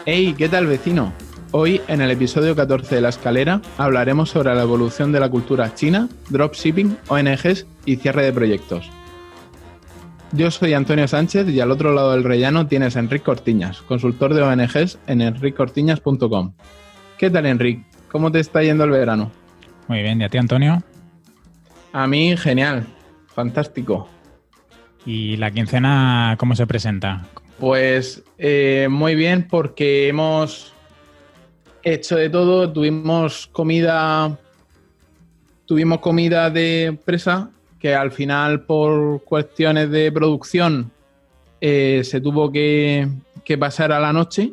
Hey, ¿qué tal, vecino? Hoy, en el episodio 14 de La Escalera, hablaremos sobre la evolución de la cultura china, dropshipping, ONGs y cierre de proyectos. Yo soy Antonio Sánchez y al otro lado del rellano tienes a Enric Cortiñas, consultor de ONGs en enriccortiñas.com. ¿Qué tal, Enric? ¿Cómo te está yendo el verano? Muy bien, ¿y a ti, Antonio? A mí, genial. Fantástico. ¿Y la quincena cómo se presenta? Pues muy bien, porque hemos hecho de todo. Tuvimos comida de empresa que al final, por cuestiones de producción, se tuvo que pasar a la noche,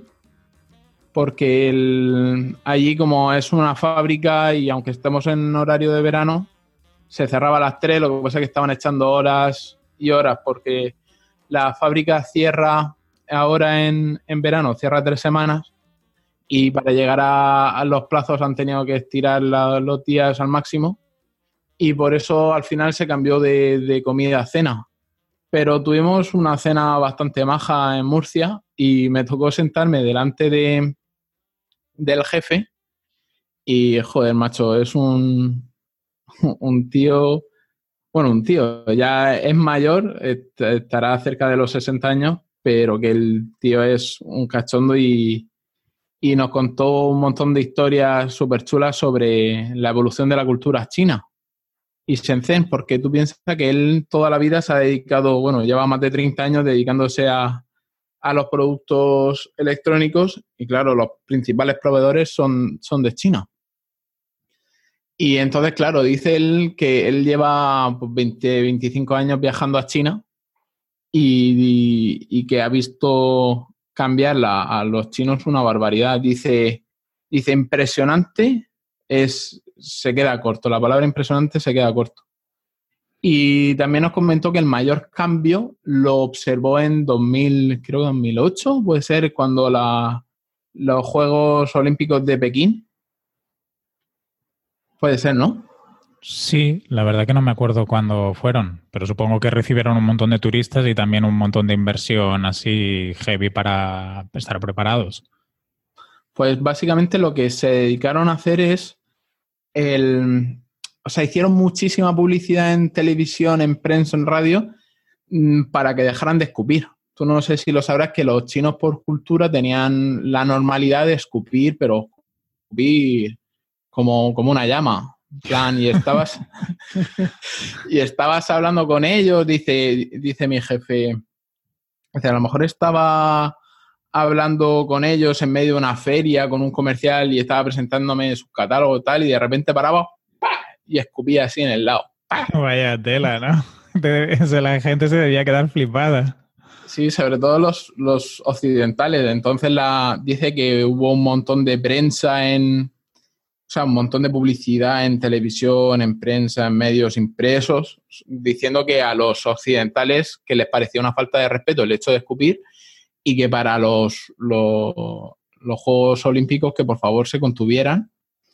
porque allí, como es una fábrica y aunque estemos en horario de verano, se cerraba a las 3. Lo que pasa es que estaban echando horas y horas, porque la fábrica cierra ahora en verano, cierra 3 semanas, y para llegar a los plazos han tenido que estirar los días al máximo, y por eso al final se cambió de comida a cena. Pero tuvimos una cena bastante maja en Murcia y me tocó sentarme delante del jefe y, joder, macho, es un tío, bueno, un tío, ya es mayor, estará cerca de los 60 años, pero que el tío es un cachondo y nos contó un montón de historias súper chulas sobre la evolución de la cultura china y Shenzhen, porque tú piensas que él toda la vida se ha dedicado, bueno, lleva más de 30 años dedicándose a los productos electrónicos y, claro, los principales proveedores son de China. Y entonces, claro, dice él que él lleva pues, 20, 25 años viajando a China y que ha visto cambiar a los chinos una barbaridad. Dice impresionante, se queda corto. La palabra impresionante se queda corto. Y también nos comentó que el mayor cambio lo observó en 2000, creo que 2008, puede ser, cuando los Juegos Olímpicos de Pekín. Puede ser, ¿no? Sí, la verdad que no me acuerdo cuándo fueron, pero supongo que recibieron un montón de turistas y también un montón de inversión así heavy para estar preparados. Pues básicamente lo que se dedicaron a hacer es o sea, hicieron muchísima publicidad en televisión, en prensa, en radio, para que dejaran de escupir. Tú no sé si lo sabrás, que los chinos por cultura tenían la normalidad de escupir, pero escupir como una llama. En plan, y estabas hablando con ellos, dice mi jefe, dice, a lo mejor estaba hablando con ellos en medio de una feria, con un comercial, y estaba presentándome sus catálogos y tal, y de repente paraba, ¡pah!, y escupía así en el lado. ¡Pah! Vaya tela, ¿no? La gente se debía quedar flipada. Sí, sobre todo los occidentales. Entonces dice que hubo un montón de prensa o sea, un montón de publicidad en televisión, en prensa, en medios impresos, diciendo que a los occidentales que les parecía una falta de respeto el hecho de escupir, y que para los Juegos Olímpicos que por favor se contuvieran,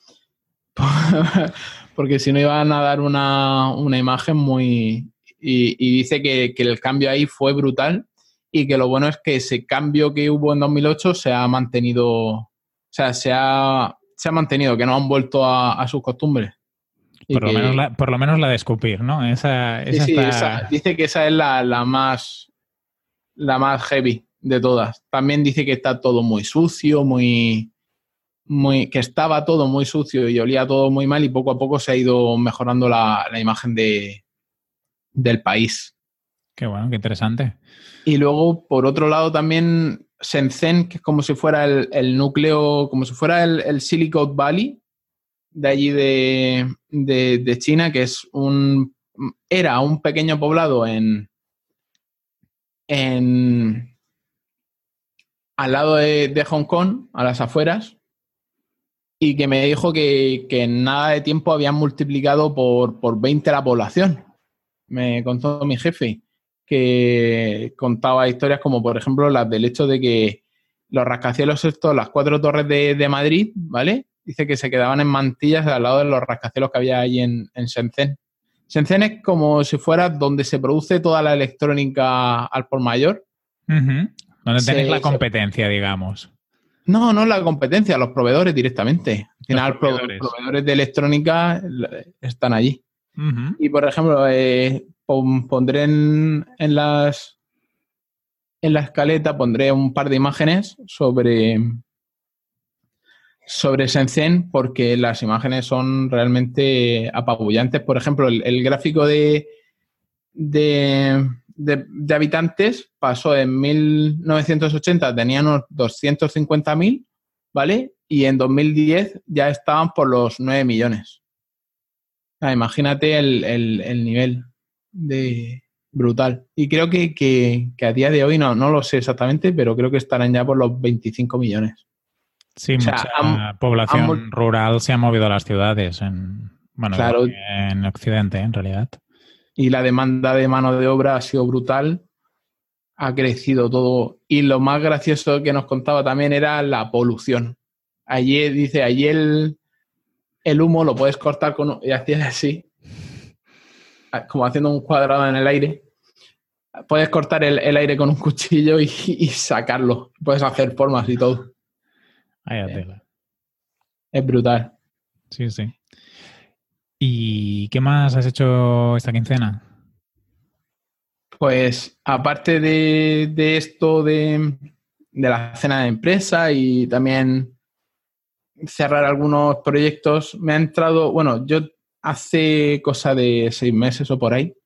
porque si no iban a dar una imagen muy... Y dice que el cambio ahí fue brutal y que lo bueno es que ese cambio que hubo en 2008 se ha mantenido, o sea, se ha mantenido, que no han vuelto a sus costumbres. Y Por lo menos la de escupir, ¿no? Esa sí, está... dice que esa es la más heavy de todas. También dice que está todo muy sucio, que estaba todo muy sucio y olía todo muy mal, y poco a poco se ha ido mejorando la imagen del país. Qué bueno, qué interesante. Y luego, por otro lado, también Shenzhen, que es como si fuera el núcleo, como si fuera el Silicon Valley de allí de China, que era un pequeño poblado al lado de Hong Kong, a las afueras, y que me dijo que en nada de tiempo habían multiplicado por 20 la población. Me contó mi jefe, que contaba historias como, por ejemplo, las del hecho de que los rascacielos estos, las 4 torres de Madrid, ¿vale? Dice que se quedaban en mantillas al lado de los rascacielos que había ahí en Shenzhen. Shenzhen es como si fuera donde se produce toda la electrónica al por mayor. Donde tenéis la competencia, digamos. No, no la competencia, los proveedores directamente. Al final, Los proveedores. proveedores de electrónica están allí. Uh-huh. Y, por ejemplo, pondré en la escaleta, pondré un par de imágenes sobre Shenzhen, porque las imágenes son realmente apabullantes. Por ejemplo, el gráfico de habitantes pasó en 1980, tenían unos 250.000, ¿vale? Y en 2010 ya estaban por los 9 millones. Imagínate el nivel de brutal. Y creo que a día de hoy, no lo sé exactamente, pero creo que estarán ya por los 25 millones. Sí, mucha población rural se ha movido a las ciudades, claro, en Occidente, en realidad. Y la demanda de mano de obra ha sido brutal, ha crecido todo. Y lo más gracioso que nos contaba también era la polución. Allí el humo lo puedes cortar y hacías así, como haciendo un cuadrado en el aire. Puedes cortar el aire con un cuchillo y sacarlo. Puedes hacer formas y todo. Es brutal. Sí, sí. ¿Y qué más has hecho esta quincena? Pues aparte de esto de la cena de empresa y también cerrar algunos proyectos, me ha entrado, bueno, yo hace cosa de 6 meses o por ahí,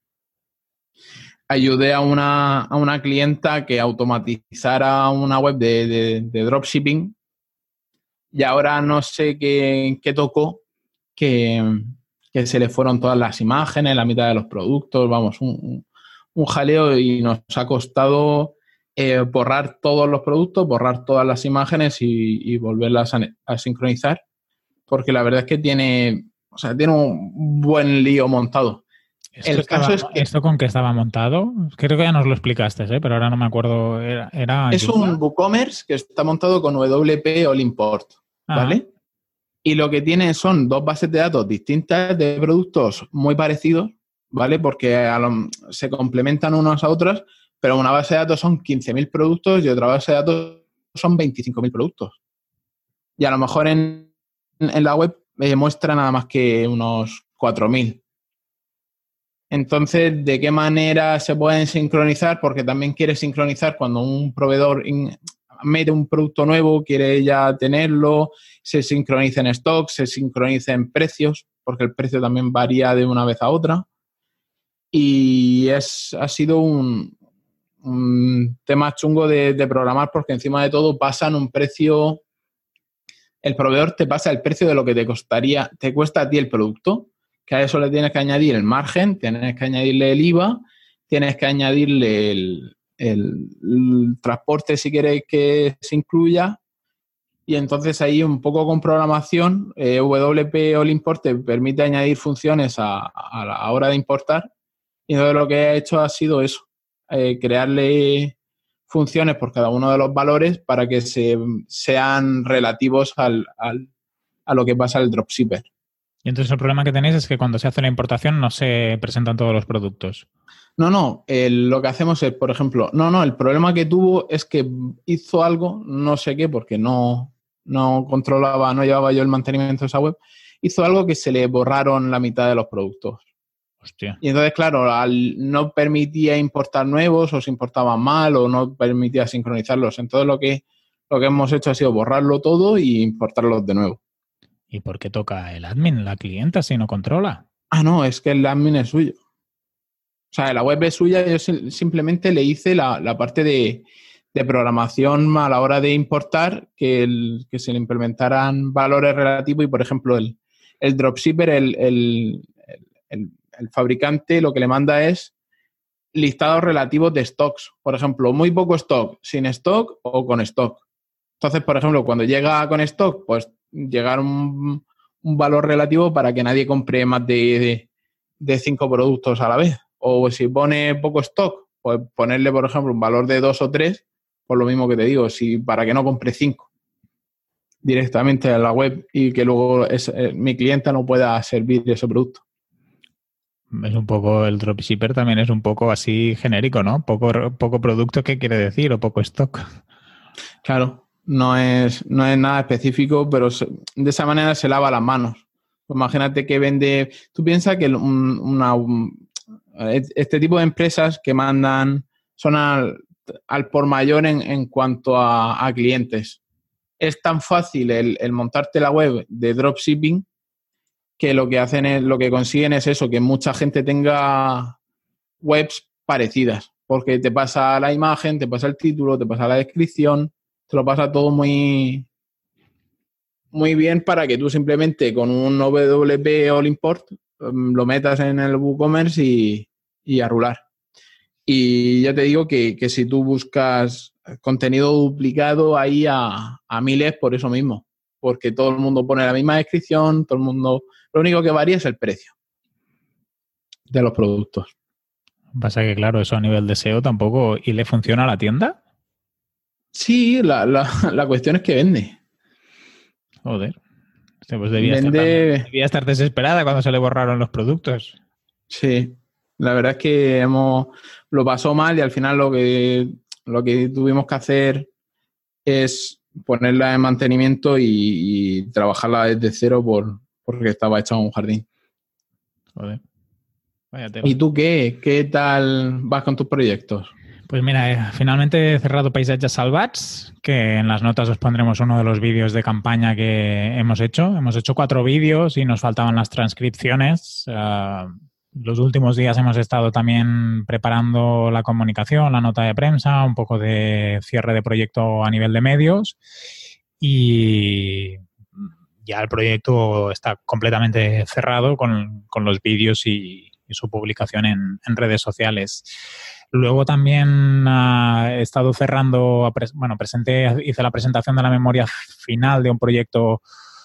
ayudé a una clienta que automatizara una web de dropshipping y ahora no sé qué tocó, que se le fueron todas las imágenes, la mitad de los productos, vamos, un jaleo, y nos ha costado borrar todos los productos, borrar todas las imágenes y volverlas a sincronizar, porque la verdad es que tiene un buen lío montado. ¿Esto con qué estaba montado? Creo que ya nos lo explicaste, pero ahora no me acuerdo. Es un WooCommerce que está montado con WP All Import, ¿vale? Y lo que tiene son 2 bases de datos distintas de productos muy parecidos, ¿vale? Porque se complementan unos a otros, pero una base de datos son 15.000 productos y otra base de datos son 25.000 productos. Y a lo mejor en la web muestra nada más que unos 4.000. Entonces, ¿de qué manera se pueden sincronizar? Porque también quiere sincronizar cuando un proveedor mete un producto nuevo, quiere ya tenerlo, se sincroniza en stock, se sincroniza en precios, porque el precio también varía de una vez a otra. Y ha sido un tema chungo de programar, porque encima de todo pasan un precio, el proveedor te pasa el precio de lo que te cuesta a ti el producto, que a eso le tienes que añadir el margen, tienes que añadirle el IVA, tienes que añadirle el transporte si quieres que se incluya, y entonces ahí un poco con programación, WP All Import te permite añadir funciones a la hora de importar, y entonces lo que he hecho ha sido eso, crearle funciones por cada uno de los valores para que sean relativos a lo que pasa el dropshipper. Y entonces el problema que tenéis es que cuando se hace la importación no se presentan todos los productos. No, lo que hacemos es, por ejemplo, el problema que tuvo es que hizo algo, no sé qué, porque no controlaba, no llevaba yo el mantenimiento de esa web, hizo algo que se le borraron la mitad de los productos. Hostia. Y entonces, claro, no permitía importar nuevos, o se importaban mal, o no permitía sincronizarlos. Entonces lo que hemos hecho ha sido borrarlo todo y importarlos de nuevo. ¿Y por qué toca el admin, la clienta, si no controla? No, es que el admin es suyo. O sea, la web es suya, yo simplemente le hice la parte de programación a la hora de importar, que se le implementaran valores relativos y, por ejemplo, el dropshipper, el fabricante lo que le manda es listados relativos de stocks. Por ejemplo, muy poco stock, sin stock o con stock. Entonces, por ejemplo, cuando llega con stock, pues llegar un valor relativo para que nadie compre más de 5 productos a la vez. O si pone poco stock, pues ponerle, por ejemplo, un valor de 2 o 3, por lo mismo que te digo, para que no compre 5 directamente a la web y que luego mi clienta no pueda servir ese producto. Es un poco, el dropshipper también es un poco así genérico, ¿no? Poco producto, ¿qué quiere decir? O poco stock. Claro. no es nada específico, pero de esa manera se lava las manos. Pues imagínate que vende... Tú piensas que este tipo de empresas que mandan son al por mayor en cuanto a clientes. Es tan fácil el montarte la web de dropshipping que lo que consiguen es eso, que mucha gente tenga webs parecidas, porque te pasa la imagen, te pasa el título, te pasa la descripción, te lo pasa todo muy, muy bien para que tú simplemente con un WP All Import lo metas en el WooCommerce y a rular. Y ya te digo que si tú buscas contenido duplicado ahí a miles por eso mismo, porque todo el mundo pone la misma descripción, todo el mundo... Lo único que varía es el precio de los productos. Pasa que, claro, eso a nivel de SEO tampoco... ¿Y le funciona a la tienda? Sí, la cuestión es que vende. Joder. Pues Vende... debía estar desesperada cuando se le borraron los productos. Sí, la verdad es que lo pasó mal y al final lo que tuvimos que hacer es ponerla en mantenimiento y trabajarla desde cero porque estaba hecha en un jardín. Joder. Vaya tela. ¿Y tú qué tal vas con tus proyectos? Pues mira, finalmente he cerrado Paisatges Salvats, que en las notas os pondremos uno de los vídeos de campaña que hemos hecho. Hemos hecho 4 vídeos y nos faltaban las transcripciones. Los últimos días hemos estado también preparando la comunicación, la nota de prensa, un poco de cierre de proyecto a nivel de medios y ya el proyecto está completamente cerrado con los vídeos y su publicación en redes sociales. Luego también he estado cerrando, hice la presentación de la memoria final de un proyecto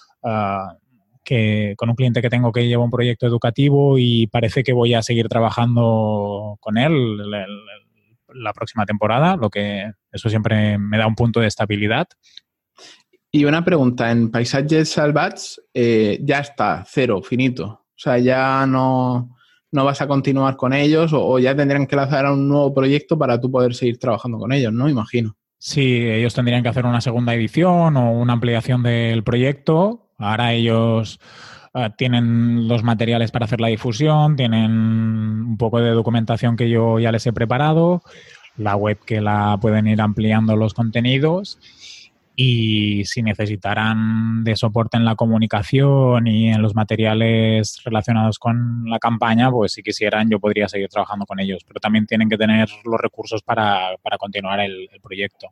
con un cliente que tengo que lleva un proyecto educativo y parece que voy a seguir trabajando con él la próxima temporada, lo que eso siempre me da un punto de estabilidad. Y una pregunta, en Paisatges Salvats ya está, cero, finito. O sea, ya no vas a continuar con ellos o ya tendrán que lanzar un nuevo proyecto para tú poder seguir trabajando con ellos, ¿no? Imagino. Sí, ellos tendrían que hacer una segunda edición o una ampliación del proyecto. Ahora ellos tienen los materiales para hacer la difusión, tienen un poco de documentación que yo ya les he preparado, la web que la pueden ir ampliando los contenidos. Y si necesitaran de soporte en la comunicación y en los materiales relacionados con la campaña, pues si quisieran yo podría seguir trabajando con ellos, pero también tienen que tener los recursos para continuar el proyecto.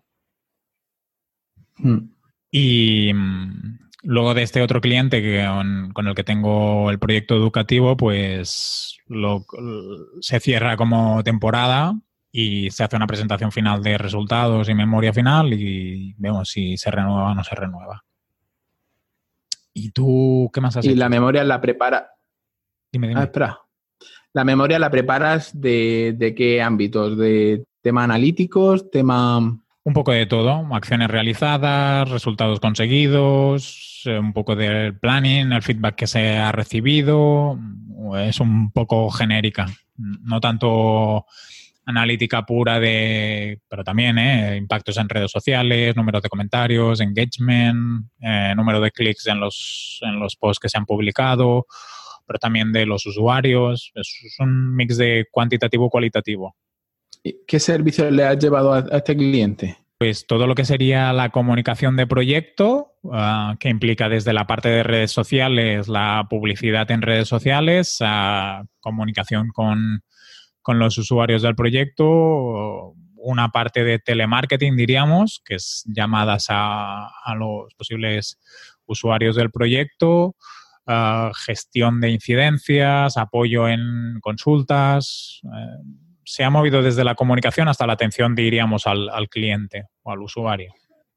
Y luego de este otro cliente con el que tengo el proyecto educativo, pues se cierra como temporada y se hace una presentación final de resultados y memoria final y vemos si se renueva o no se renueva. ¿Y tú qué más has hecho? Y la memoria la prepara... Dime. espera. ¿La memoria la preparas de qué ámbitos? ¿De tema analíticos? ¿Tema...? Un poco de todo. Acciones realizadas, resultados conseguidos, un poco del planning, el feedback que se ha recibido. Es un poco genérica. No tanto... analítica pura pero también impactos en redes sociales, números de comentarios, engagement, número de clics en los posts que se han publicado, pero también de los usuarios. Es un mix de cuantitativo-cualitativo. ¿Qué servicios le has llevado a este cliente? Pues todo lo que sería la comunicación de proyecto, que implica desde la parte de redes sociales, la publicidad en redes sociales, comunicación con los usuarios del proyecto, una parte de telemarketing, diríamos, que es llamadas a los posibles usuarios del proyecto, gestión de incidencias, apoyo en consultas. Se ha movido desde la comunicación hasta la atención, diríamos, al cliente o al usuario.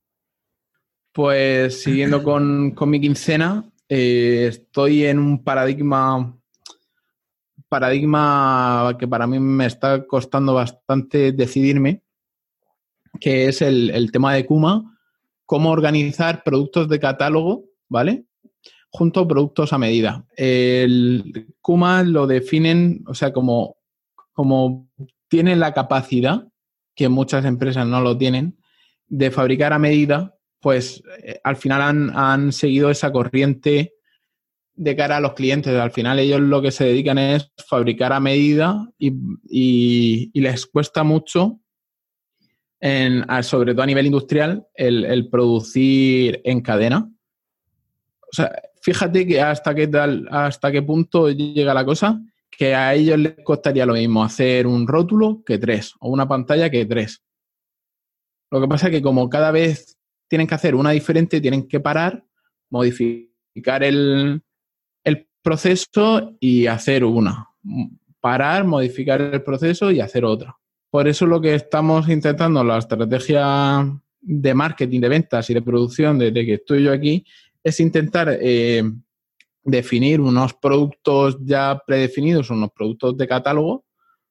Pues siguiendo con mi quincena, estoy en un paradigma que para mí me está costando bastante decidirme, que es el tema de Kuma, cómo organizar productos de catálogo, ¿vale? Junto a productos a medida. El Kuma lo definen, o sea, como tienen la capacidad, que muchas empresas no lo tienen, de fabricar a medida pues al final han seguido esa corriente de cara a los clientes. Al final ellos lo que se dedican es fabricar a medida y les cuesta mucho, sobre todo a nivel industrial, el producir en cadena. O sea, fíjate que hasta qué punto llega la cosa, que a ellos les costaría lo mismo hacer un rótulo que 3 o una pantalla que 3. Lo que pasa es que como cada vez tienen que hacer una diferente, tienen que parar, modificar el proceso y hacer una. Parar, modificar el proceso y hacer otra. Por eso lo que estamos intentando, la estrategia de marketing, de ventas y de producción desde que estoy yo aquí, es intentar definir unos productos ya predefinidos, unos productos de catálogo,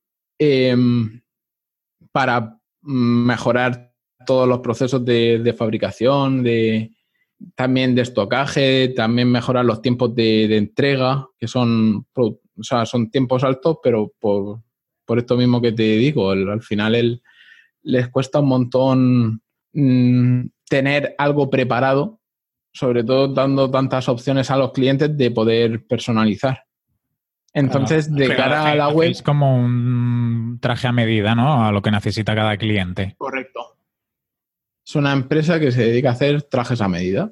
para mejorar todos los procesos de fabricación, también de estocaje, también mejorar los tiempos de entrega, que son tiempos altos, pero por esto mismo que te digo, al final les cuesta un montón tener algo preparado, sobre todo dando tantas opciones a los clientes de poder personalizar. Entonces, claro, de cara a la web... Es como un traje a medida, ¿no? A lo que necesita cada cliente. Correcto. Es una empresa que se dedica a hacer trajes a medida,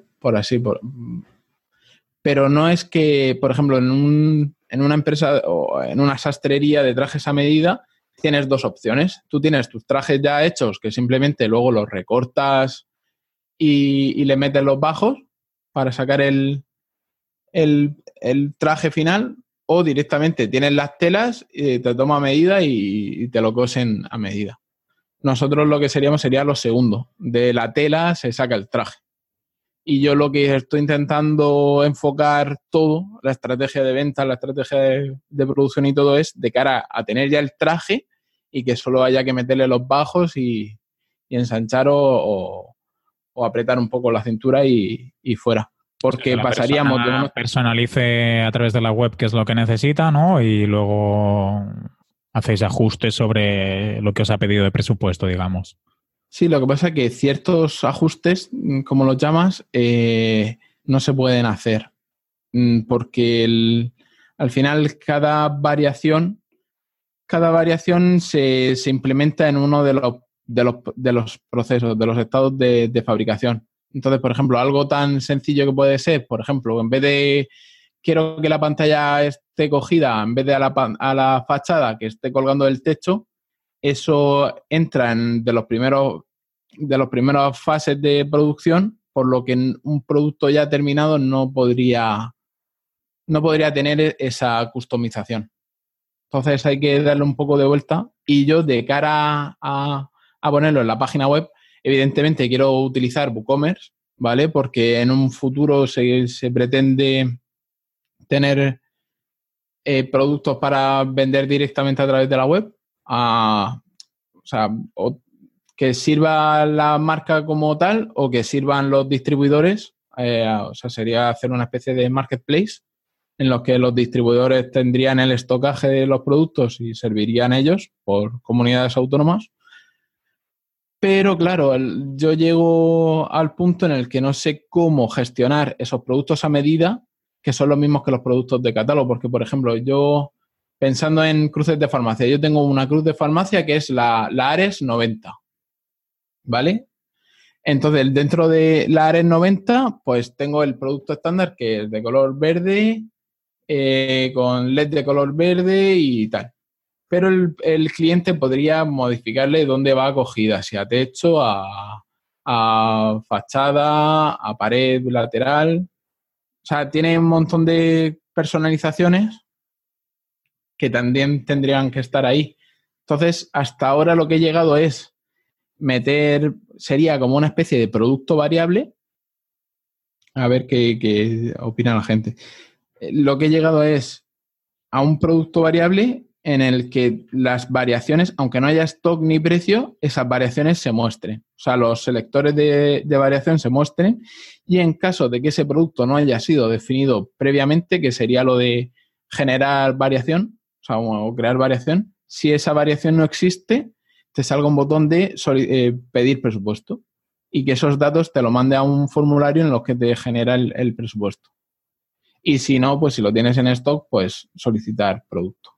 pero no es que, por ejemplo, en una empresa o en una sastrería de trajes a medida tienes dos opciones. Tú tienes tus trajes ya hechos que simplemente luego los recortas y le metes los bajos para sacar el traje final, o directamente tienes las telas, te toma a medida y te lo cosen a medida. Nosotros lo que sería lo segundo. De la tela se saca el traje. Y yo lo que estoy intentando enfocar todo, la estrategia de venta, la estrategia de producción y todo, es de cara a tener ya el traje y que solo haya que meterle los bajos y ensanchar o apretar un poco la cintura y fuera. Porque pasaríamos de unos... Personalice a través de la web qué es lo que necesita, ¿no? Y luego hacéis ajustes sobre lo que os ha pedido de presupuesto, digamos. Sí, lo que pasa es que ciertos ajustes, como los llamas, no se pueden hacer. Porque al final cada variación se implementa en uno de los procesos, de los estados de fabricación. Entonces, por ejemplo, algo tan sencillo que puede ser, por ejemplo, en vez de quiero que la pantalla esté cogida, en vez de a la fachada que esté colgando del techo, eso entra de las primeras fases de producción, por lo que un producto ya terminado no podría tener esa customización. Entonces hay que darle un poco de vuelta, y yo, de cara a ponerlo en la página web, evidentemente quiero utilizar WooCommerce, ¿vale? Porque en un futuro se pretende tener productos para vender directamente a través de la web, que sirva la marca como tal o que sirvan los distribuidores. Sería hacer una especie de marketplace en los que los distribuidores tendrían el estocaje de los productos y servirían ellos por comunidades autónomas. Pero claro, yo llego al punto en el que no sé cómo gestionar esos productos a medida, que son los mismos que los productos de catálogo. Porque, por ejemplo, yo, pensando en cruces de farmacia, yo tengo una cruz de farmacia que es la Ares 90, ¿vale? Entonces, dentro de la Ares 90, pues tengo el producto estándar, que es de color verde, con LED de color verde y tal. Pero el cliente podría modificarle dónde va acogida, si a techo, a fachada, a pared lateral. O sea, tiene un montón de personalizaciones que también tendrían que estar ahí. Entonces, hasta ahora lo que he llegado es sería como una especie de producto variable. A ver qué opina la gente. Lo que he llegado es a un producto variable en el que las variaciones, aunque no haya stock ni precio, esas variaciones se muestren. O sea, los selectores de variación se muestren, y en caso de que ese producto no haya sido definido previamente, que sería lo de generar variación, o crear variación, si esa variación no existe, te salga un botón de pedir presupuesto. y que esos datos te lo mande a un formulario en los que te genera el presupuesto. Y si no, pues si lo tienes en stock, pues solicitar producto.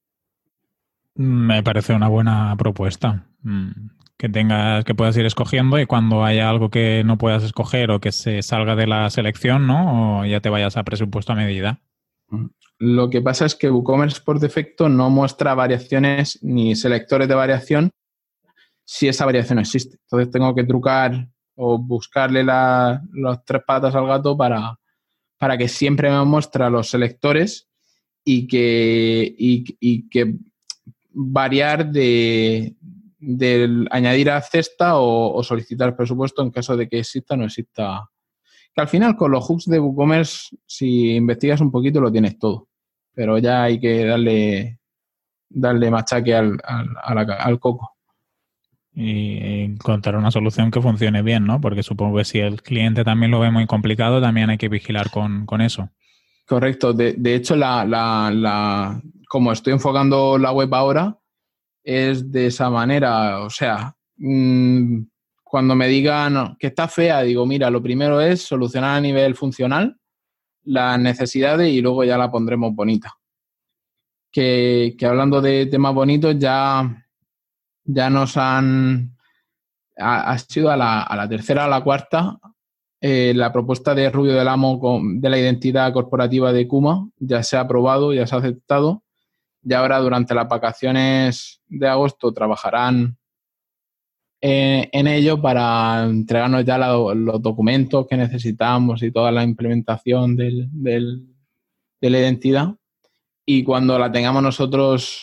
Me parece una buena propuesta. Que puedas ir escogiendo y cuando haya algo que no puedas escoger o que se salga de la selección, ¿no? O ya te vayas a presupuesto a medida. Lo que pasa es que WooCommerce por defecto no muestra variaciones ni selectores de variación si esa variación existe. Entonces tengo que trucar o buscarle los 3 patas al gato para que siempre me muestre los selectores y que variar de añadir a cesta o solicitar presupuesto en caso de que exista o no exista. Que al final con los hooks de WooCommerce, si investigas un poquito, lo tienes todo. Pero ya hay que darle machaque al coco. Y encontrar una solución que funcione bien, ¿no? Porque supongo que si el cliente también lo ve muy complicado, también hay que vigilar con eso. Correcto. De hecho, como estoy enfocando la web ahora, es de esa manera. O sea, cuando me digan que está fea, digo, mira, lo primero es solucionar a nivel funcional las necesidades y luego ya la pondremos bonita. Que hablando de temas bonitos, ya nos han... Ha sido a la tercera o a la cuarta la propuesta de Rubio del Amo de la identidad corporativa de Kuma ya se ha aprobado, ya se ha aceptado. Y ahora durante las vacaciones de agosto trabajarán en ello para entregarnos ya los documentos que necesitamos y toda la implementación de la identidad. Y cuando la tengamos nosotros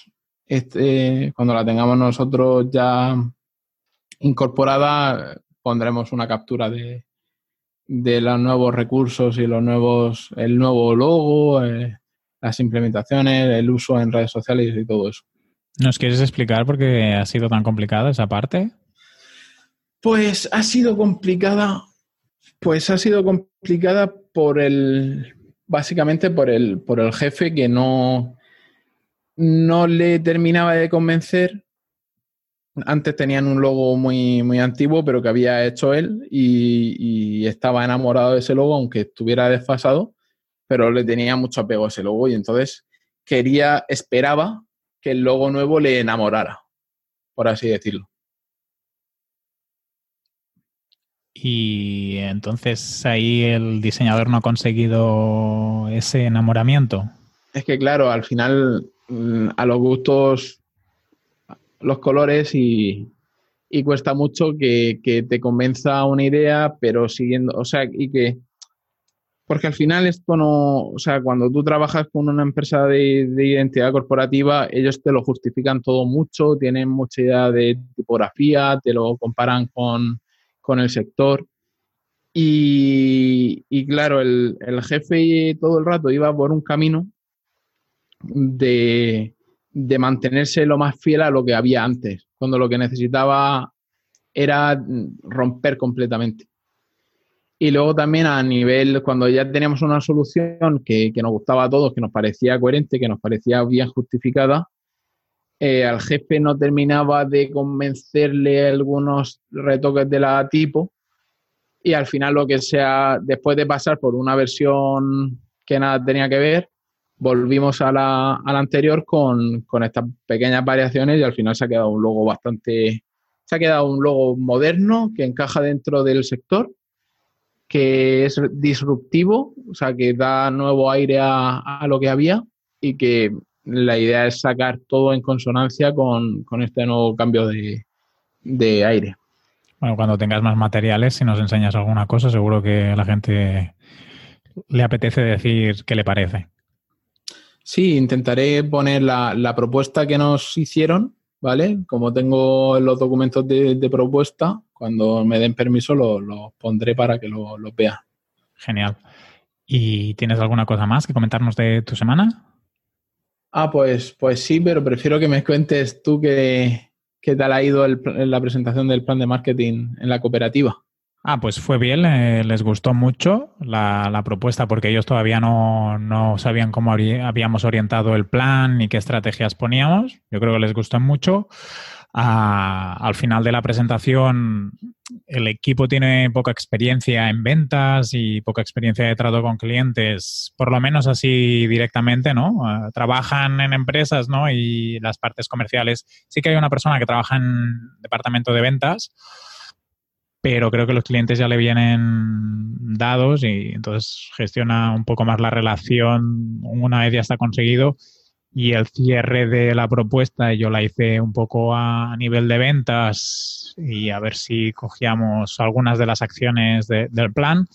ya incorporada, pondremos una captura de los nuevos recursos y el nuevo logo, las implementaciones, el uso en redes sociales y todo eso. ¿Nos quieres explicar por qué ha sido tan complicada esa parte? Pues ha sido complicada básicamente por el jefe que no le terminaba de convencer. Antes tenían un logo muy, muy antiguo, pero que había hecho él y estaba enamorado de ese logo, aunque estuviera desfasado, pero le tenía mucho apego a ese logo y entonces esperaba que el logo nuevo le enamorara, por así decirlo. Y entonces ahí el diseñador no ha conseguido ese enamoramiento. Es que claro, al final a los gustos, los colores y cuesta mucho que te convenza una idea, pero siguiendo, o sea, porque al final esto no, o sea, cuando tú trabajas con una empresa de identidad corporativa, ellos te lo justifican todo mucho, tienen mucha idea de tipografía, te lo comparan con el sector y claro, el jefe todo el rato iba por un camino de mantenerse lo más fiel a lo que había antes, cuando lo que necesitaba era romper completamente. Y luego también a nivel, cuando ya teníamos una solución que nos gustaba a todos, que nos parecía coherente, que nos parecía bien justificada, al jefe no terminaba de convencerle algunos retoques de la tipo y al final después de pasar por una versión que nada tenía que ver, volvimos a la anterior con estas pequeñas variaciones y al final se ha quedado un logo moderno que encaja dentro del sector, que es disruptivo, o sea, que da nuevo aire a lo que había y que la idea es sacar todo en consonancia con este nuevo cambio de aire. Bueno, cuando tengas más materiales, si nos enseñas alguna cosa, seguro que a la gente le apetece decir qué le parece. Sí, intentaré poner la propuesta que nos hicieron, ¿vale? Como tengo los documentos de propuesta, cuando me den permiso los pondré para que los vean. Genial. ¿Y tienes alguna cosa más que comentarnos de tu semana? Pues sí, pero prefiero que me cuentes tú qué tal ha ido la presentación del plan de marketing en la cooperativa. Pues fue bien, les gustó mucho la propuesta porque ellos todavía no sabían cómo habíamos orientado el plan ni qué estrategias poníamos. Yo creo que les gustó mucho. Al final de la presentación, el equipo tiene poca experiencia en ventas y poca experiencia de trato con clientes, por lo menos así directamente, ¿no? Trabajan en empresas, ¿no? Y las partes comerciales. Sí que hay una persona que trabaja en departamento de ventas, pero creo que los clientes ya le vienen dados y entonces gestiona un poco más la relación una vez ya está conseguido. Y el cierre de la propuesta yo la hice un poco a nivel de ventas y a ver si cogíamos algunas de las acciones del plan.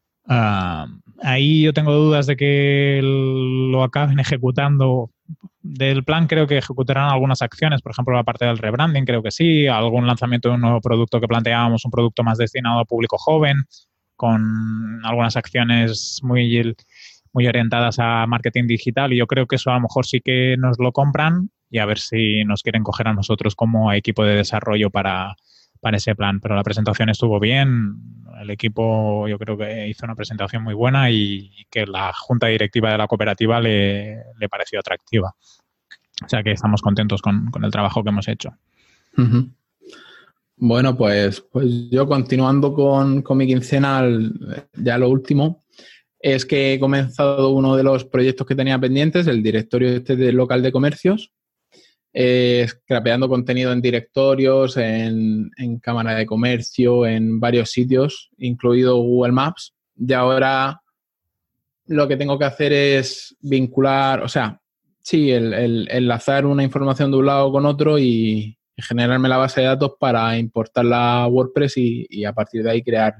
Ahí yo tengo dudas de que lo acaben ejecutando. Del plan creo que ejecutarán algunas acciones, por ejemplo la parte del rebranding creo que sí, algún lanzamiento de un nuevo producto que planteábamos, un producto más destinado al público joven, con algunas acciones muy orientadas a marketing digital, y yo creo que eso a lo mejor sí que nos lo compran y a ver si nos quieren coger a nosotros como equipo de desarrollo para ese plan. Pero la presentación estuvo bien, el equipo yo creo que hizo una presentación muy buena y que la junta directiva de la cooperativa le pareció atractiva. O sea que estamos contentos con el trabajo que hemos hecho. Uh-huh. Bueno, pues yo continuando con mi quincena, ya lo último, es que he comenzado uno de los proyectos que tenía pendientes, el directorio del local de comercios, scrapeando contenido en directorios, en Cámara de Comercio, en varios sitios, incluido Google Maps. Y ahora lo que tengo que hacer es vincular, o sea, sí, el enlazar una información de un lado con otro y generarme la base de datos para importarla a WordPress y a partir de ahí crear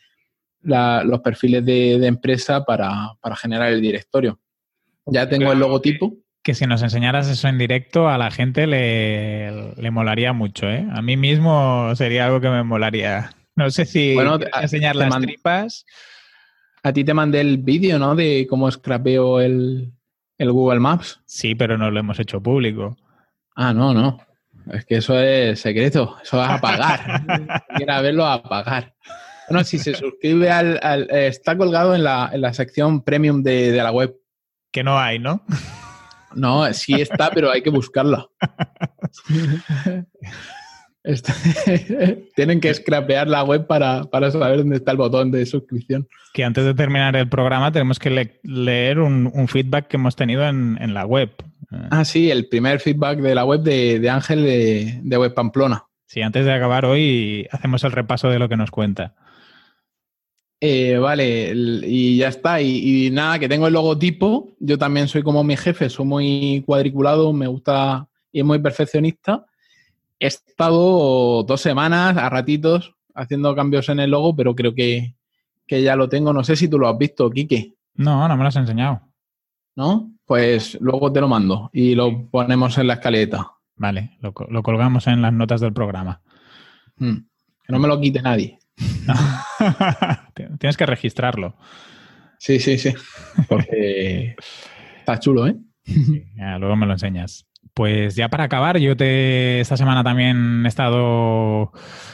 los perfiles de empresa para generar el directorio. Ya tengo el logotipo. Que si nos enseñaras eso en directo a la gente le molaría mucho, ¿eh? A mí mismo sería algo que me molaría. No sé si enseñar las tripas. A ti te mandé el vídeo, ¿no? De cómo scrapeo el Google Maps. Sí, pero no lo hemos hecho público. Ah, no. Es que eso es secreto. Eso es a pagar. Si quieres verlo, a pagar. Bueno, si se suscribe está colgado en la sección premium de la web. Que no hay, ¿no? No, sí está, pero hay que buscarla. Tienen que scrapear la web para saber dónde está el botón de suscripción. Que antes de terminar el programa tenemos que leer un feedback que hemos tenido en la web. Ah, sí, el primer feedback de la web de Ángel de Web Pamplona. Sí, antes de acabar hoy hacemos el repaso de lo que nos cuenta. Vale, y ya está. Y nada, que tengo el logotipo. Yo también soy como mi jefe, soy muy cuadriculado, me gusta y es muy perfeccionista. He estado 2 semanas a ratitos haciendo cambios en el logo, pero creo que ya lo tengo. No sé si tú lo has visto, Quique. No me lo has enseñado. ¿No? Pues luego te lo mando y lo ponemos en la escaleta. Vale, lo colgamos en las notas del programa. Que no me lo quite nadie. No. Tienes que registrarlo. Sí. Porque está chulo, ¿eh? Sí, luego me lo enseñas. Pues ya para acabar, esta semana también he estado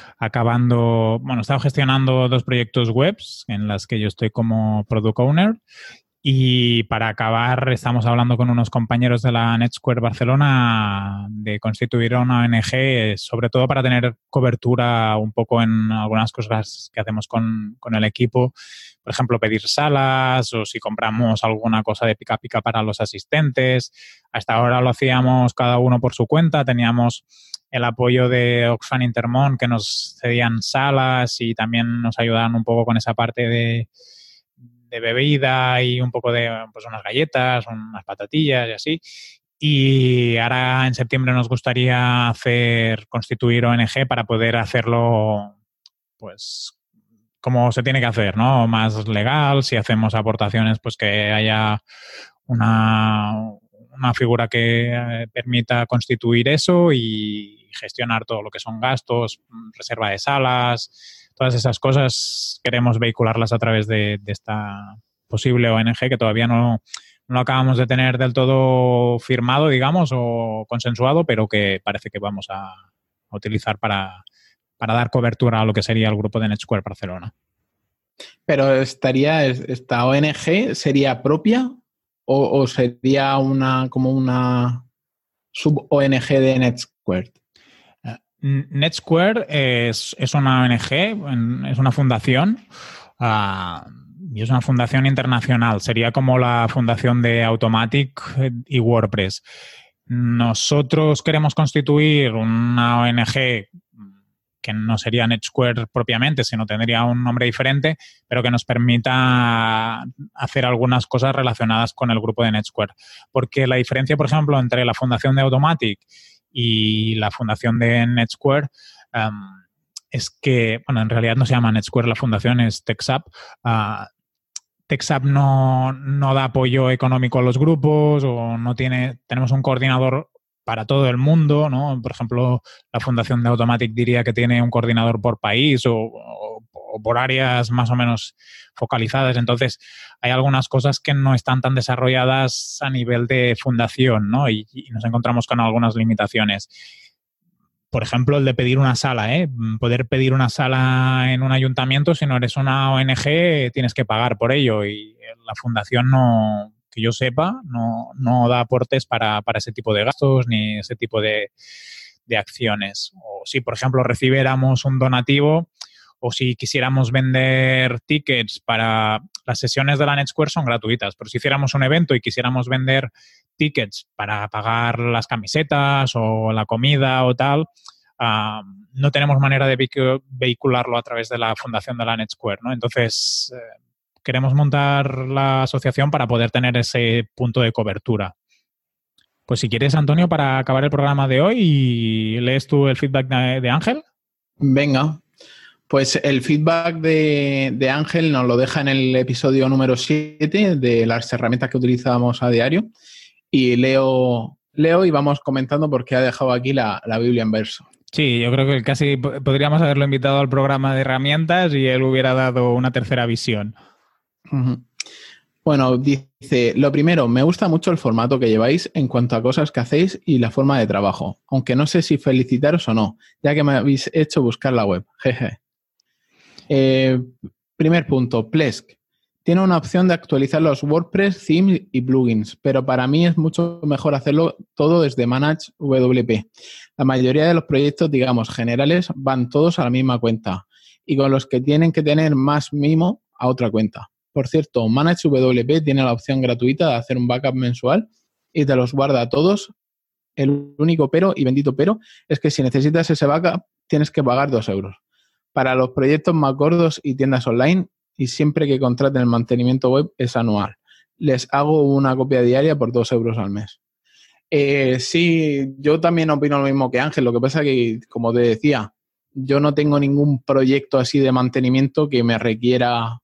he estado gestionando 2 proyectos webs en las que yo estoy como Product Owner. Y para acabar, estamos hablando con unos compañeros de la NetSquare Barcelona de constituir una ONG, sobre todo para tener cobertura un poco en algunas cosas que hacemos con el equipo. Por ejemplo, pedir salas o si compramos alguna cosa de pica pica para los asistentes. Hasta ahora lo hacíamos cada uno por su cuenta. Teníamos el apoyo de Oxfam Intermón, que nos cedían salas y también nos ayudaban un poco con esa parte de bebida y un poco de unas galletas, unas patatillas y así. Y ahora en septiembre nos gustaría constituir ONG para poder hacerlo pues como se tiene que hacer, ¿no? Más legal, si hacemos aportaciones, pues que haya una figura que permita constituir eso y gestionar todo lo que son gastos, reserva de salas. Todas esas cosas queremos vehicularlas a través de esta posible ONG que todavía no acabamos de tener del todo firmado, digamos, o consensuado, pero que parece que vamos a utilizar para dar cobertura a lo que sería el grupo de NetSquare Barcelona. Pero ¿esta ONG sería propia o sería como una sub-ONG de NetSquare? NetSquare es una ONG, es una fundación y es una fundación internacional. Sería como la fundación de Automattic y WordPress. Nosotros queremos constituir una ONG que no sería NetSquare propiamente, sino tendría un nombre diferente, pero que nos permita hacer algunas cosas relacionadas con el grupo de NetSquare. Porque la diferencia, por ejemplo, entre la fundación de Automattic y la fundación de NetSquare es que, bueno, en realidad no se llama NetSquare, la fundación es TechSoup. TechSoup no da apoyo económico a los grupos o tenemos un coordinador para todo el mundo, ¿no? Por ejemplo, la fundación de Automattic diría que tiene un coordinador por país o por áreas más o menos focalizadas. Entonces, hay algunas cosas que no están tan desarrolladas a nivel de fundación, ¿no? Y nos encontramos con algunas limitaciones. Por ejemplo, el de pedir una sala, ¿eh? Poder pedir una sala en un ayuntamiento, si no eres una ONG, tienes que pagar por ello. Y la fundación no, que yo sepa, no da aportes para ese tipo de gastos ni ese tipo de acciones. O si, por ejemplo, recibiéramos un donativo o si quisiéramos vender tickets para las sesiones de la NetSquare son gratuitas, pero si hiciéramos un evento y quisiéramos vender tickets para pagar las camisetas o la comida o tal, no tenemos manera de vehicularlo a través de la fundación de la NetSquare, ¿no? Entonces, queremos montar la asociación para poder tener ese punto de cobertura. Pues si quieres, Antonio, para acabar el programa de hoy, ¿lees tú el feedback de Ángel? Venga, pues el feedback de Ángel nos lo deja en el episodio número 7 de las herramientas que utilizamos a diario y leo y vamos comentando porque ha dejado aquí la Biblia en verso. Sí, yo creo que casi podríamos haberlo invitado al programa de herramientas y él hubiera dado una tercera visión. Uh-huh. Bueno, dice, lo primero, me gusta mucho el formato que lleváis en cuanto a cosas que hacéis y la forma de trabajo, aunque no sé si felicitaros o no, ya que me habéis hecho buscar la web. Jeje. Primer punto, Plesk. Tiene una opción de actualizar los WordPress, themes y plugins, pero para mí es mucho mejor hacerlo todo desde Manage WP. La mayoría de los proyectos, digamos, generales, van todos a la misma cuenta y con los que tienen que tener más mimo a otra cuenta. Por cierto, Manage WP tiene la opción gratuita de hacer un backup mensual y te los guarda a todos. El único pero, y bendito pero, es que si necesitas ese backup tienes que pagar 2 euros. Para los proyectos más gordos y tiendas online, y siempre que contraten el mantenimiento web es anual. Les hago una copia diaria por 2 euros al mes. Sí, yo también opino lo mismo que Ángel. Lo que pasa es que, como te decía, yo no tengo ningún proyecto así de mantenimiento que me requiera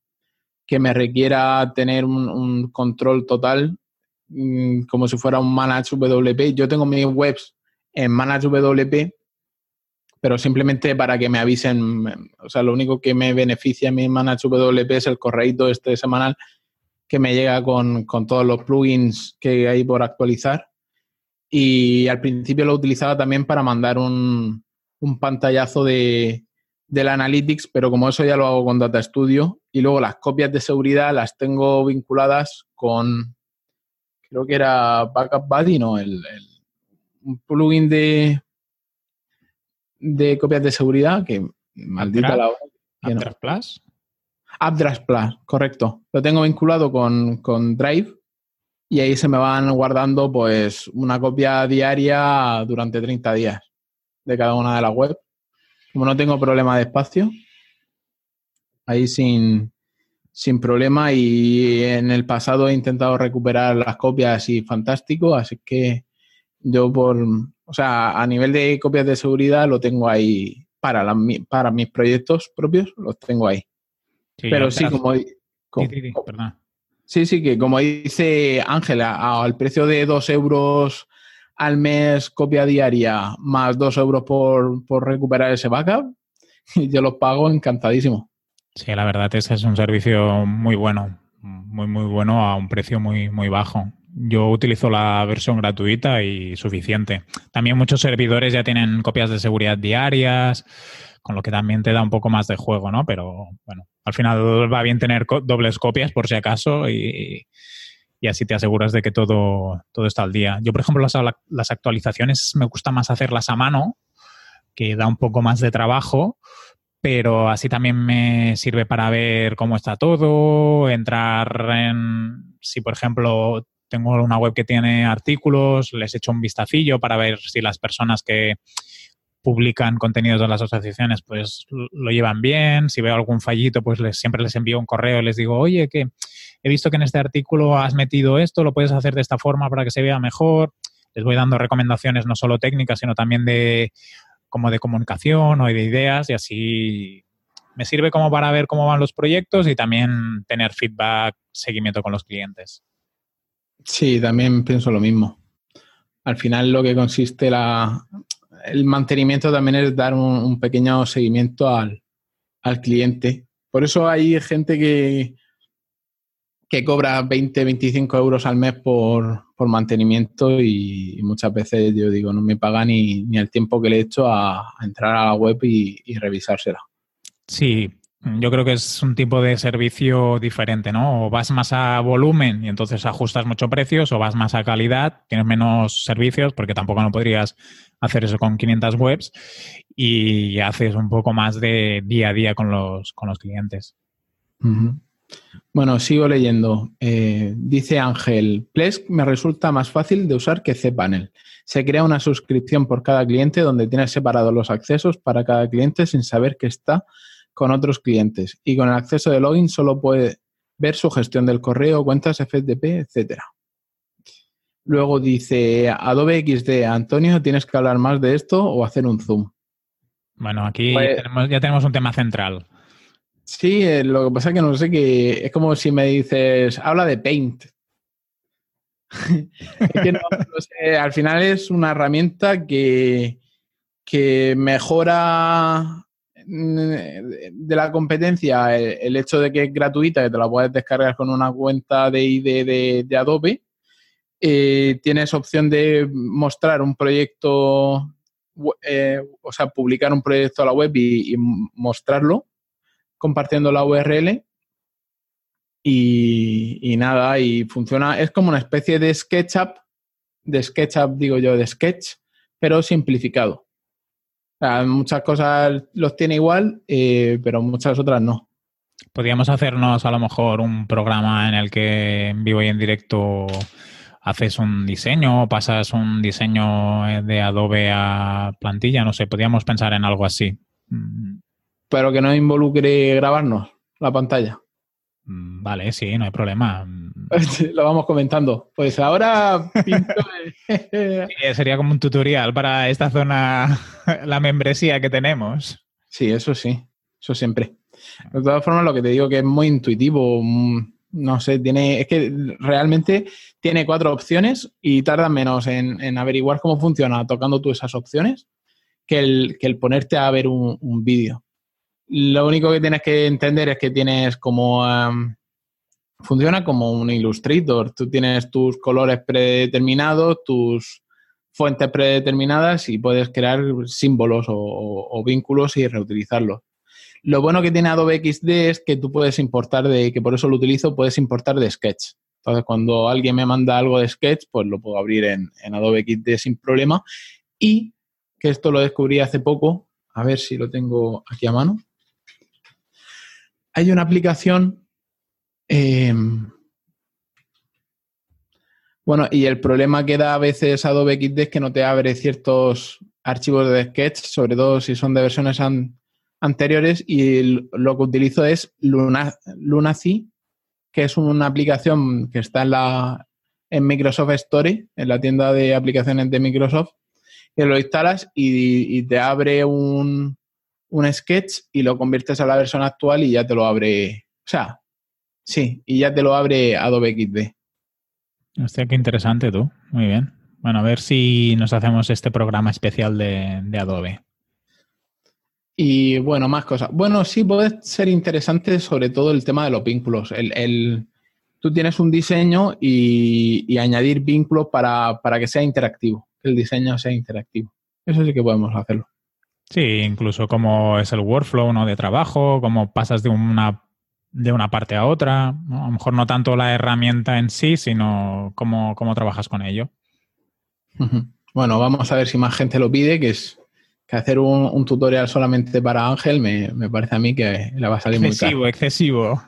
tener un control total como si fuera un Manage WP. Yo tengo mis webs en Manage WP, pero simplemente para que me avisen. O sea, lo único que me beneficia a mi Manage WP es el correíto semanal que me llega con todos los plugins que hay por actualizar. Y al principio lo utilizaba también para mandar un pantallazo del Analytics, pero como eso ya lo hago con Data Studio, y luego las copias de seguridad las tengo vinculadas con, creo que era Backup Buddy, no, un plugin de copias de seguridad que maldita la hora. ¿Updraft Plus? Updraft Plus, correcto. Lo tengo vinculado con Drive y ahí se me van guardando pues una copia diaria durante 30 días de cada una de las webs. Como no tengo problema de espacio, ahí sin problema, y en el pasado he intentado recuperar las copias y fantástico, así que yo a nivel de copias de seguridad lo tengo ahí para mis proyectos propios, los tengo ahí. Sí, pero sí, perdón. Sí, que como dice Ángela, al precio de 2 euros al mes copia diaria más 2 euros por recuperar ese backup, yo los pago encantadísimo. Sí, la verdad es que es un servicio muy bueno, muy bueno a un precio muy, muy bajo. Yo utilizo la versión gratuita y suficiente. También muchos servidores ya tienen copias de seguridad diarias, con lo que también te da un poco más de juego, ¿no? Pero bueno, al final va bien tener dobles copias por si acaso y así te aseguras de que todo está al día. Yo, por ejemplo, las actualizaciones me gusta más hacerlas a mano que da un poco más de trabajo, pero así también me sirve para ver cómo está todo, entrar en, si por ejemplo tengo una web que tiene artículos, les echo un vistacillo para ver si las personas que publican contenidos de las asociaciones pues lo llevan bien. Si veo algún fallito, pues siempre les envío un correo y les digo, oye, que he visto que en este artículo has metido esto, lo puedes hacer de esta forma para que se vea mejor. Les voy dando recomendaciones no solo técnicas, sino también como de comunicación o de ideas, y así me sirve como para ver cómo van los proyectos y también tener feedback, seguimiento con los clientes. Sí, también pienso lo mismo. Al final lo que consiste el mantenimiento también es dar un pequeño seguimiento al cliente. Por eso hay gente que cobra 20, 25 euros al mes por mantenimiento y muchas veces yo digo, no me paga ni el tiempo que le he hecho a entrar a la web y revisársela. Sí, yo creo que es un tipo de servicio diferente, ¿no? O vas más a volumen y entonces ajustas mucho precios, o vas más a calidad, tienes menos servicios, porque tampoco no podrías hacer eso con 500 webs, y haces un poco más de día a día con los clientes. Uh-huh. Bueno, sigo leyendo. Dice Ángel, Plesk me resulta más fácil de usar que cPanel. Se crea una suscripción por cada cliente donde tienes separados los accesos para cada cliente sin saber que está con otros clientes. Y con el acceso de login solo puede ver su gestión del correo, cuentas FTP, etcétera. Luego dice Adobe XD, Antonio, ¿tienes que hablar más de esto o hacer un zoom? Bueno, aquí ya tenemos un tema central. Sí, lo que pasa es que no sé, que es como si me dices, habla de Paint. Es que no sé, al final es una herramienta que mejora de la competencia el hecho de que es gratuita, que te la puedes descargar con una cuenta de ID de Adobe. Tienes opción de mostrar un proyecto, o sea, publicar un proyecto a la web y mostrarlo compartiendo la URL y nada, y funciona, es como una especie de SketchUp, digo yo, de Sketch, pero simplificado. O sea, muchas cosas los tiene igual, pero muchas otras no. Podríamos hacernos a lo mejor un programa en el que en vivo y en directo haces un diseño, pasas un diseño de Adobe a plantilla, no sé, podríamos pensar en algo así. Pero que no involucre grabarnos la pantalla. Vale, sí, no hay problema. Lo vamos comentando. Pues ahora pinto Sí, sería como un tutorial para esta zona, la membresía que tenemos. Sí, eso siempre. De todas formas, lo que te digo que es muy intuitivo, no sé, es que realmente tiene 4 opciones y tarda menos en averiguar cómo funciona tocando tú esas opciones que el ponerte a ver un vídeo. Lo único que tienes que entender es que tienes como... funciona como un Illustrator. Tú tienes tus colores predeterminados, tus fuentes predeterminadas y puedes crear símbolos o vínculos y reutilizarlos. Lo bueno que tiene Adobe XD es que tú puedes importar que por eso lo utilizo, puedes importar de Sketch. Entonces, cuando alguien me manda algo de Sketch, pues lo puedo abrir en Adobe XD sin problema. Y que esto lo descubrí hace poco, a ver si lo tengo aquí a mano. Hay una aplicación, bueno, y el problema que da a veces Adobe XD es que no te abre ciertos archivos de Sketch, sobre todo si son de versiones anteriores, y lo que utilizo es Lunacy, que es una aplicación que está en Microsoft Store, en la tienda de aplicaciones de Microsoft, que lo instalas y te abre un Sketch y lo conviertes a la versión actual y ya te lo abre, o sea, sí, y ya te lo abre Adobe XD. Hostia, qué interesante tú. Muy bien. Bueno, a ver si nos hacemos este programa especial de Adobe. Y bueno, más cosas. Bueno, sí puede ser interesante sobre todo el tema de los vínculos. Tú tienes un diseño y añadir vínculos para que sea interactivo, que el diseño sea interactivo. Eso sí que podemos hacerlo. Sí, incluso cómo es el workflow, ¿no?, de trabajo, cómo pasas de una parte a otra, ¿no? A lo mejor no tanto la herramienta en sí, sino cómo trabajas con ello. Bueno, vamos a ver si más gente lo pide, que que hacer un tutorial solamente para Ángel me parece a mí que le va a salir muy caro. Excesivo.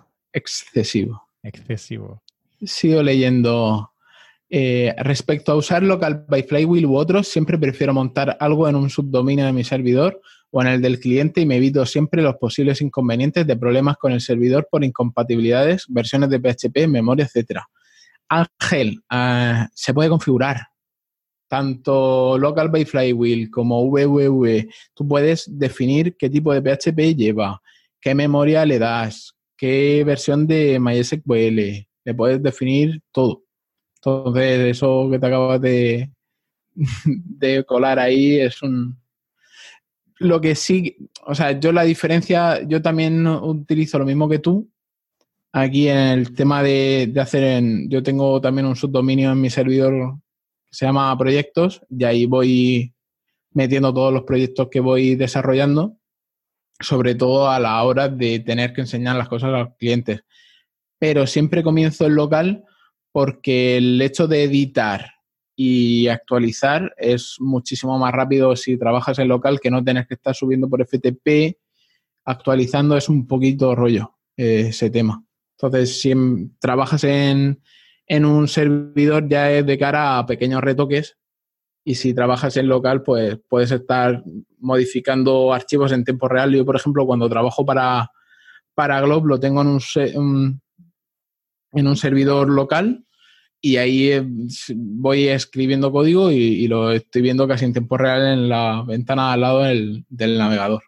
Sigo leyendo. Respecto a usar Local by Flywheel u otros, siempre prefiero montar algo en un subdominio de mi servidor o en el del cliente y me evito siempre los posibles inconvenientes de problemas con el servidor por incompatibilidades, versiones de PHP, memoria, etcétera. Ángel, se puede configurar tanto Local by Flywheel como www. Tú puedes definir qué tipo de PHP lleva, qué memoria le das, qué versión de MySQL, le puedes definir todo. Entonces, eso que te acabas de colar ahí es un... Lo que sí, o sea, yo la diferencia, yo también utilizo lo mismo que tú. Aquí en el tema de hacer, yo tengo también un subdominio en mi servidor que se llama proyectos y ahí voy metiendo todos los proyectos que voy desarrollando, sobre todo a la hora de tener que enseñar las cosas a los clientes. Pero siempre comienzo en local porque el hecho de editar y actualizar es muchísimo más rápido si trabajas en local que no tener que estar subiendo por FTP, actualizando es un poquito rollo ese tema. Entonces, si trabajas en un servidor ya es de cara a pequeños retoques y si trabajas en local, pues puedes estar modificando archivos en tiempo real. Yo, por ejemplo, cuando trabajo para Globe lo tengo en un servidor local y ahí voy escribiendo código y lo estoy viendo casi en tiempo real en la ventana al lado del navegador.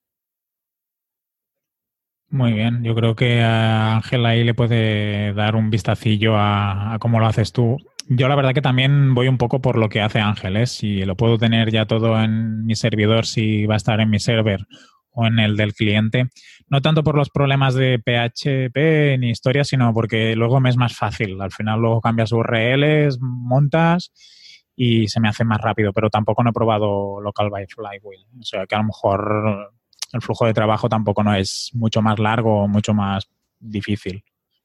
Muy bien, yo creo que a Ángel ahí le puede dar un vistacillo a cómo lo haces tú. Yo la verdad que también voy un poco por lo que hace Ángel, ¿eh? Si lo puedo tener ya todo en mi servidor, si va a estar en mi server o en el del cliente. No tanto por los problemas de PHP ni historias, sino porque luego me es más fácil. Al final luego cambias URLs, montas y se me hace más rápido, pero tampoco no he probado Local by Flywheel. O sea que a lo mejor el flujo de trabajo tampoco no es mucho más largo o mucho más difícil.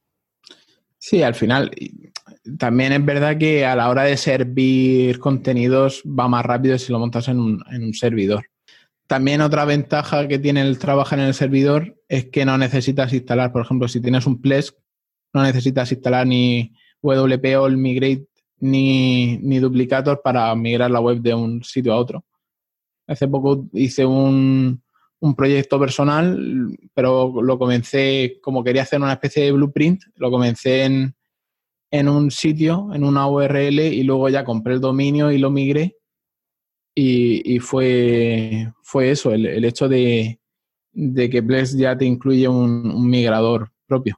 Sí, al final también es verdad que a la hora de servir contenidos va más rápido si lo montas en un servidor. También otra ventaja que tiene el trabajar en el servidor es que no necesitas instalar, por ejemplo, si tienes un Plesk, no necesitas instalar ni WP All Migrate ni Duplicator para migrar la web de un sitio a otro. Hace poco hice un proyecto personal, pero lo comencé, como quería hacer una especie de blueprint, lo comencé en un sitio, en una URL, y luego ya compré el dominio y lo migré. Y fue eso, el hecho de que Plesk ya te incluye un migrador propio.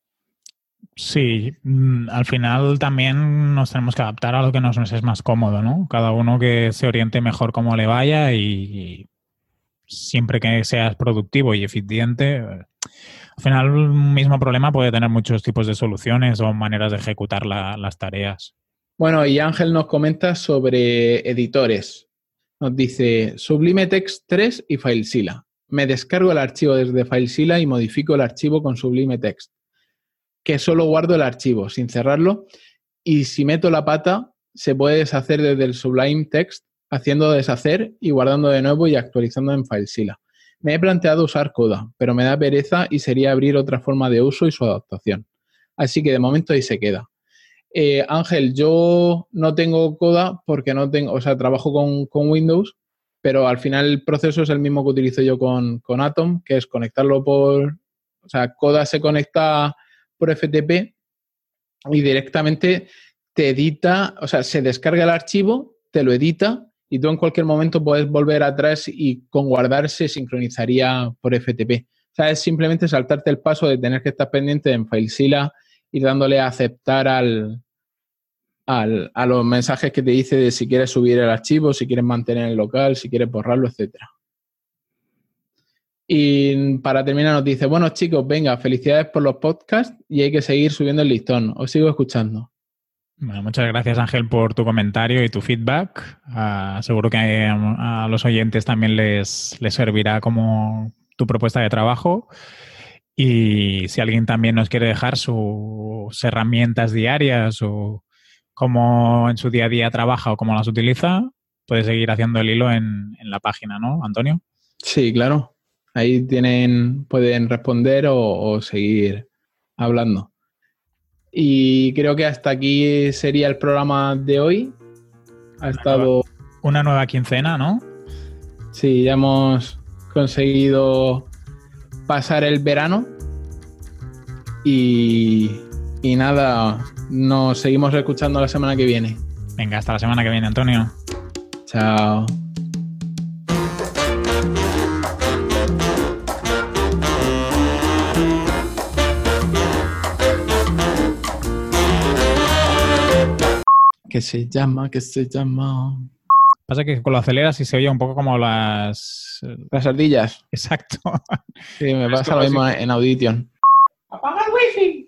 Sí, al final también nos tenemos que adaptar a lo que nos es más cómodo, ¿no? Cada uno que se oriente mejor como le vaya y siempre que seas productivo y eficiente. Al final, un mismo problema puede tener muchos tipos de soluciones o maneras de ejecutar las tareas. Bueno, y Ángel nos comenta sobre editores. Nos dice Sublime Text 3 y FileZilla. Me descargo el archivo desde FileZilla y modifico el archivo con Sublime Text, que solo guardo el archivo sin cerrarlo, y si meto la pata se puede deshacer desde el Sublime Text haciendo deshacer y guardando de nuevo y actualizando en FileZilla. Me he planteado usar Coda, pero me da pereza y sería abrir otra forma de uso y su adaptación. Así que de momento ahí se queda. Ángel, yo no tengo Coda porque no tengo, o sea, trabajo con Windows, pero al final el proceso es el mismo que utilizo yo con Atom, que es conectarlo o sea, Coda se conecta por FTP y directamente te edita, o sea, se descarga el archivo, te lo edita y tú en cualquier momento puedes volver atrás y con guardar se sincronizaría por FTP. O sea, es simplemente saltarte el paso de tener que estar pendiente en FileZilla y dándole a aceptar a los mensajes que te dice de si quieres subir el archivo, si quieres mantener el local, si quieres borrarlo, etcétera. Y para terminar nos dice, bueno chicos, venga, felicidades por los podcasts y hay que seguir subiendo el listón. Os sigo escuchando. Bueno, muchas gracias Ángel por tu comentario y tu feedback. Seguro que a los oyentes también les servirá como tu propuesta de trabajo. Y si alguien también nos quiere dejar sus herramientas diarias o cómo en su día a día trabaja o cómo las utiliza, puede seguir haciendo el hilo en la página, ¿no, Antonio? Sí, claro. Ahí pueden responder o seguir hablando. Y creo que hasta aquí sería el programa de hoy. Una nueva quincena, ¿no? Sí, ya hemos conseguido pasar el verano y nada, nos seguimos escuchando la semana que viene. Venga, hasta la semana que viene, Antonio. Chao. ¿Qué se llama? Pasa que lo aceleras y se oye un poco como las ardillas. Exacto. Sí, me pasa lo mismo en Audition. ¡Apaga el wifi!